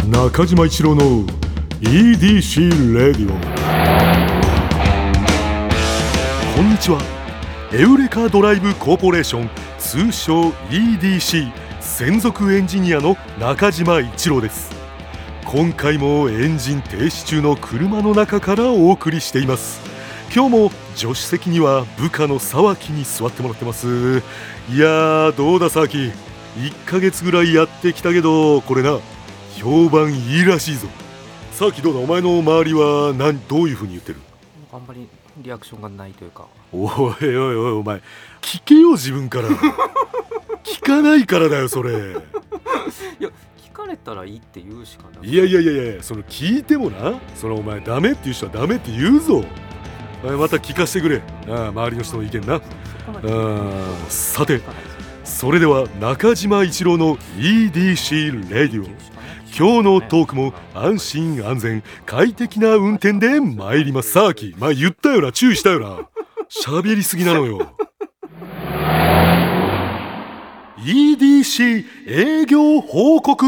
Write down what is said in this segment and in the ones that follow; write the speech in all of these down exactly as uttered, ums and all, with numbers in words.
中島一郎の イーディーシー レディオ。こんにちは。エウレカドライブコーポレーション、通称 イーディーシー 専属エンジニアの中島一郎です。今回もエンジン停止中の車の中からお送りしています。今日も助手席には部下の沢木に座ってもらってます。いやー、どうだ沢木、いっかげつぐらいやってきたけど、これな、評判いいらしいぞ。沢木どうだ、お前の周りは何どういう風に言ってる？ あんまりリアクションがないというか。 おいおいおい、お前聞けよ自分から聞かないからだよそれ。 いや、聞かれたらいいって言うしかない。 いやいやいやいや、その聞いてもな、そのお前ダメっていう人はダメって言うぞ。また聞かせてくれ、ああ周りの人の意見な。あさて、それでは中島一郎の イーディーシー レディオ、今日のトークも安心安全快適な運転で参ります。さあき、まあ言ったよな、注意したよな、喋りすぎなのよ。イーディーシー 営業報告。こ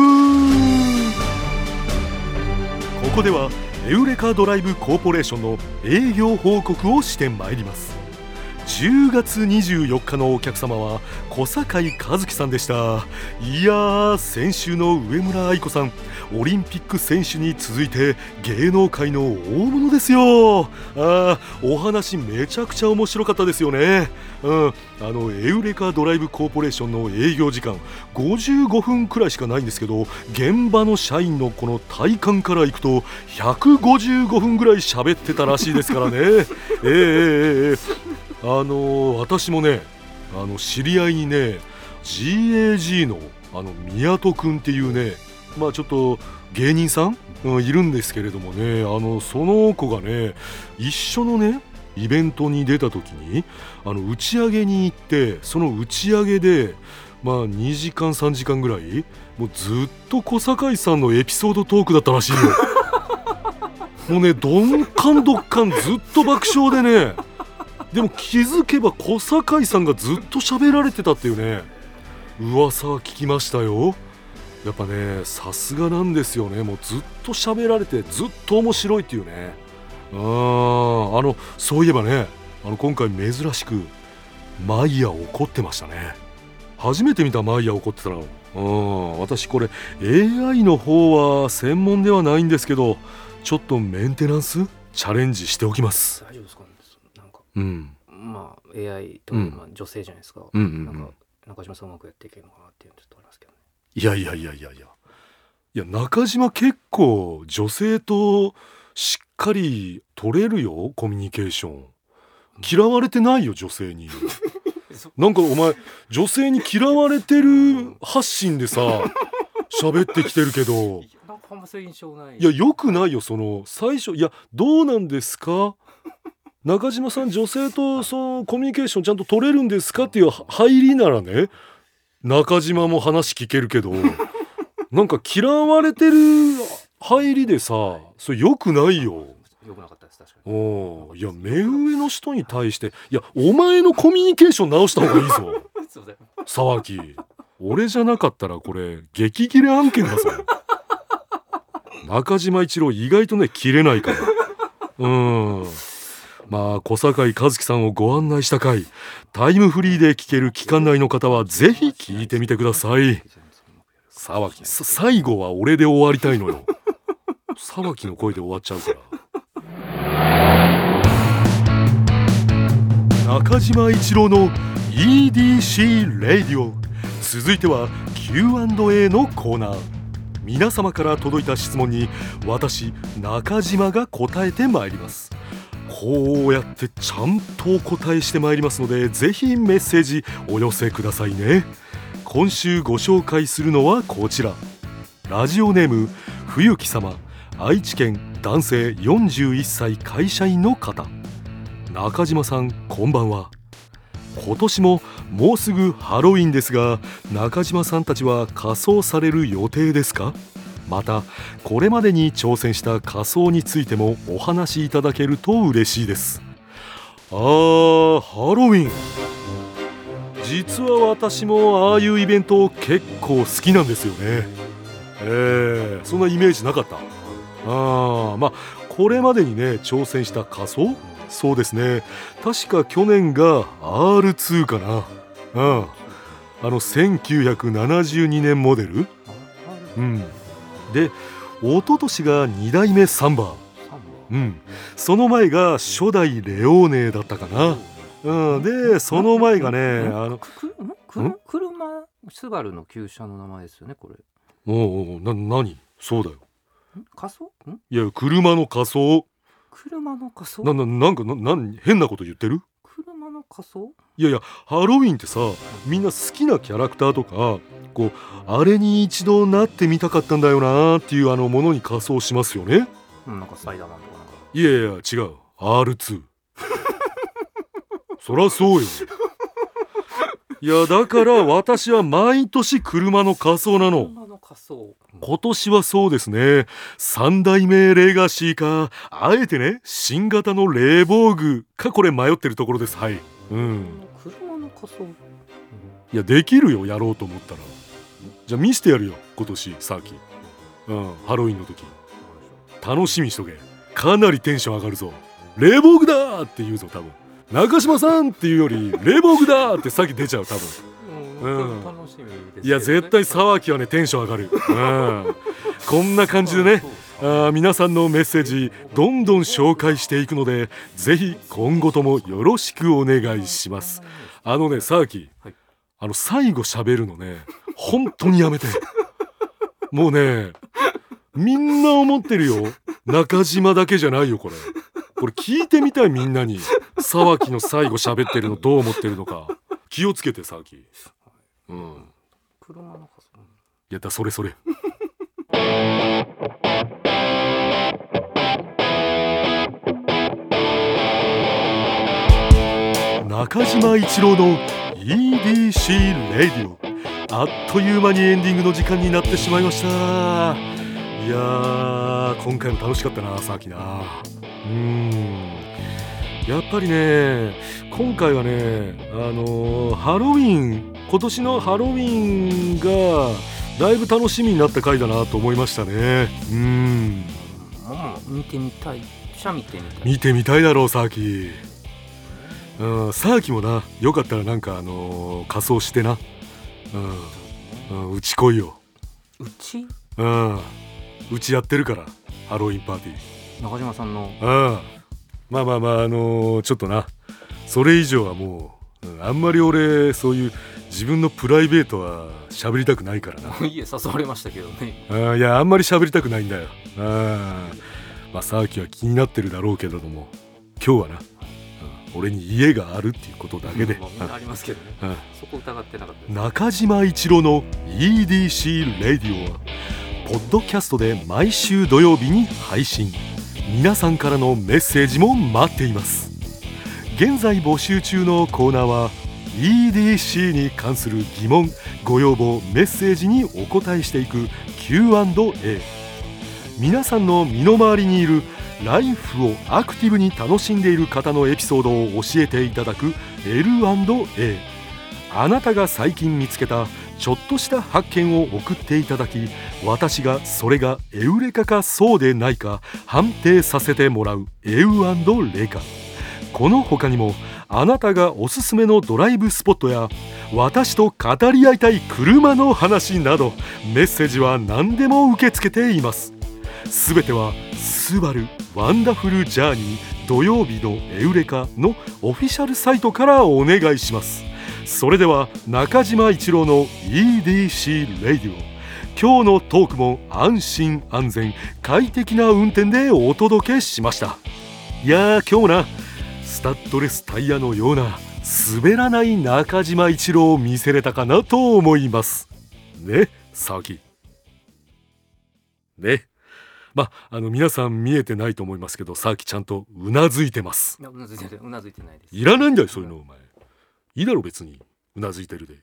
こではエウレカドライブコーポレーションの営業報告をしてまいります。じゅうがつにじゅうよっかのお客様は小坂井和樹さんでした。いやー、先週の上村愛子さん、オリンピック選手に続いて芸能界の大物ですよ。あー、お話めちゃくちゃ面白かったですよね。うん、あのエウレカドライブコーポレーションの営業時間ごじゅうごふんくらいしかないんですけど、現場の社員のこの体感からいくとひゃくごじゅうごふんぐらい喋ってたらしいですからね。えー、えー、えーあの私もね、あの知り合いにね ジーエージー のあの宮戸くんっていうね、まあちょっと芸人さん、うん、いるんですけれどもね、あのその子がね、一緒のねイベントに出た時にあの打ち上げに行って、その打ち上げでまあにじかんさんじかんぐらいもうずっと小坂井さんのエピソードトークだったらしいよ。もうね、どんかんどっかんずっと爆笑でね、でも気づけば小坂井さんがずっと喋られてたっていうね、噂は聞きましたよ。やっぱね、さすがなんですよね。もうずっと喋られてずっと面白いっていうね。あー、あのそういえばね、あの今回珍しくマイヤ怒ってましたね。初めて見たマイヤ怒ってたの。うん、私これ エーアイ の方は専門ではないんですけど、ちょっとメンテナンスチャレンジしておきます。 大丈夫ですかね。なんか、 うん、 まあ エーアイとか、まあ、女性じゃないですか、 うんうんうん、 なんか中島さんうまくやっていけるのかなっていうのちょっとありますけどね。 いやいやいやいやいやいや、中島結構女性としっかり取れるよ、コミュニケーション。嫌われてないよ女性に。なんかお前女性に嫌われてる発信でさ喋ってきてるけど、 なんかあんまそういう印象ない。 いや、よくないよ。その最初、いやどうなんですか中島さん、女性とそのコミュニケーションちゃんと取れるんですかっていう入りならね、中島も話聞けるけど、なんか嫌われてる入りでさ、それよくないよ。 よくなかったです、確かに。 おいや、目上の人に対して、いやお前のコミュニケーション直した方がいいぞ。沢木、俺じゃなかったらこれ激切れ案件だぞ。中島一郎意外とね切れないから。うん、まあ小坂井和樹さんをご案内した回、タイムフリーで聞ける期間内の方はぜひ聞いてみてください。沢木、最後は俺で終わりたいのよ。沢木の声で終わっちゃうから。中島一郎の イーディーシー レディオ、続いては キューアンドエー のコーナー。皆様から届いた質問に私中島が答えてまいります。こうやってちゃんとお答えしてまいりますので、ぜひメッセージお寄せくださいね。今週ご紹介するのはこちら。ラジオネーム冬木様、愛知県男性よんじゅういっさい会社員の方。中島さん、こんばんは。今年ももうすぐハロウィンですが、中島さんたちは仮装される予定ですか？またこれまでに挑戦した仮装についてもお話しいただけると嬉しいです。あー、ハロウィン、実は私もああいうイベント結構好きなんですよね。 えー、そんなイメージなかった。あまあこれまでにね挑戦した仮装、そうですね、確か去年が アールツー かな。うんあのせんきゅうひゃくななじゅうにねんモデル。うんで一昨年がにだいめサンバー。うんその前が初代レオーネだったかな。うんでその前がねあのくくん車スバルの旧車の名前ですよねこれ。 おうおうな何そうだよ。 仮装？んいや車の仮装。 車の仮装？ なななんかななん変なこと言ってる？ 車の仮装？ いやいやハロウィンってさみんな好きなキャラクターとかこうあれに一度なってみたかったんだよなっていうあのものに仮装しますよね。 うん、なんかスパイダーマンとかなんか。 いやいや違う アールツー そらそうよ。いやだから私は毎年車の仮装なの。 車の仮装。 今年はそうですねさんだいめレガシーかあえてね新型のレーボーグかこれ迷ってるところです。はい。うん車の仮装。 いやできるよやろうと思ったら。じゃあ見せてやるよ今年サーキ。うんハロウィンの時楽しみにしとけ。かなりテンション上がるぞ。レーボーグだーって言うぞ多分。中島さんっていうよりレーボーグだーって先出ちゃう多分。 うん楽しみですけどね。 いや絶対沢木はねテンション上がる。うんこんな感じでねあ皆さんのメッセージどんどん紹介していくのでぜひ今後ともよろしくお願いします。あのね沢木、はい、あの最後喋るのね本当にやめて。もうねみんな思ってるよ。中島だけじゃないよこれ。これ聞いてみたいみんなに沢木の最後喋ってるのどう思ってるのか。気をつけて沢木。うん車の仮装。 いやだそれそれ中島一郎の イーディーシー レディオ。あっという間にエンディングの時間になってしまいました。いやー今回も楽しかったなさっきな。うーんやっぱりね今回はねあのー、ハロウィン今年のハロウィンがだいぶ楽しみになった回だなと思いましたね。うーん見てみたい。じゃ見てみたい。 見てみたいだろうサーキ。うんサーキもなよかったらなんかあのー、仮装してな。うん、うん、うち来いよ。 うち？ うんうちやってるからハロウィンパーティー。 中島さんの。 うんまあまあまああのー、ちょっとなそれ以上はもう、うん、あんまり俺そういう自分のプライベートは喋りたくないからな。 いえ誘われましたけどね。 あいやあんまり喋りたくないんだよ。あまあサーキは気になってるだろうけれども今日はな、うん、俺に家があるっていうことだけで、 うんまあ、みんなありますけどね、うん、そこ疑ってなかったです。 中島一郎の イーディーシー レディオはポッドキャストで毎週土曜日に配信。皆さんからのメッセージも待っています。現在募集中のコーナーは イーディーシー に関する疑問ご要望メッセージにお答えしていく キューアンドエー。 皆さんの身の回りにいるライフをアクティブに楽しんでいる方のエピソードを教えていただく エルアンドエー。 あなたが最近見つけたちょっとした発見を送っていただき私がそれがエウレカかそうでないか判定させてもらうエウアンドレカ。この他にもあなたがおすすめのドライブスポットや私と語り合いたい車の話などメッセージは何でも受け付けています。すべてはスバルワンダフルジャーニー土曜日のエウレカのオフィシャルサイトからお願いします。それでは中島一郎の イーディーシー レディオ。今日のトークも安心安全快適な運転でお届けしました。いやー今日もなスタッドレスタイヤのような滑らない中島一郎を見せれたかなと思いますね。さきねまあ、あの皆さん見えてないと思いますけどさきちゃんとうなずいてます。 いやうなずいてうなずいてないです。 いらないんだよそういうのお前。いいだろ別にうなずいてるで。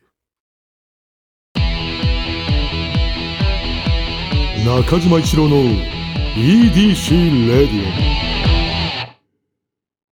中島一郎の イーディーシー レディオ。